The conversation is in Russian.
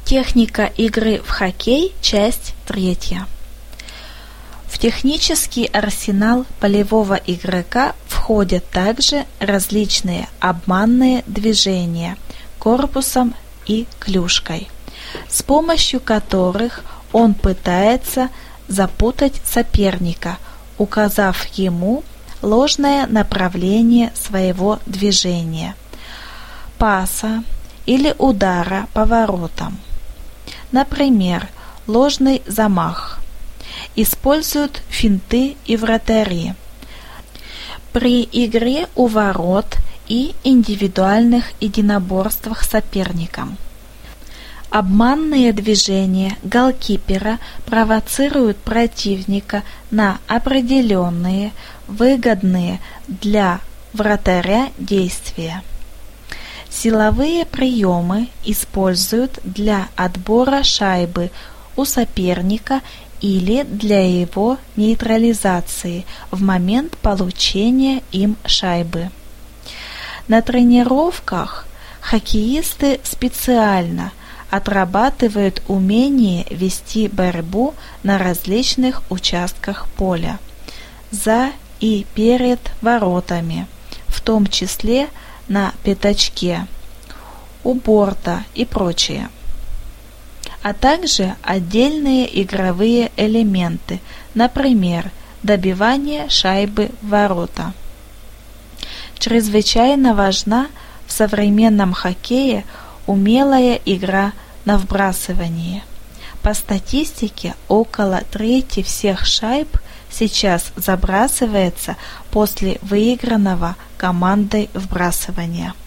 Техника игры в хоккей, часть 3. В технический арсенал полевого игрока входят также различные обманные движения корпусом и клюшкой, с помощью которых он пытается запутать соперника, указав ему ложное направление своего движения, паса или удара по воротам. Например, ложный замах. Используют финты и вратари. При игре у ворот и индивидуальных единоборствах с соперником. Обманные движения голкипера провоцируют противника на определенные, выгодные для вратаря действия. Силовые приемы используют для отбора шайбы у соперника или для его нейтрализации в момент получения им шайбы. На тренировках хоккеисты специально отрабатывают умение вести борьбу на различных участках поля, за и перед воротами, в том числе на пятачке, у борта и прочее, а также отдельные игровые элементы, например, добивание шайбы в ворота. Чрезвычайно важна в современном хоккее умелая игра на вбрасывание. По статистике, около трети всех шайб сейчас забрасывается после выигранного командой вбрасывания.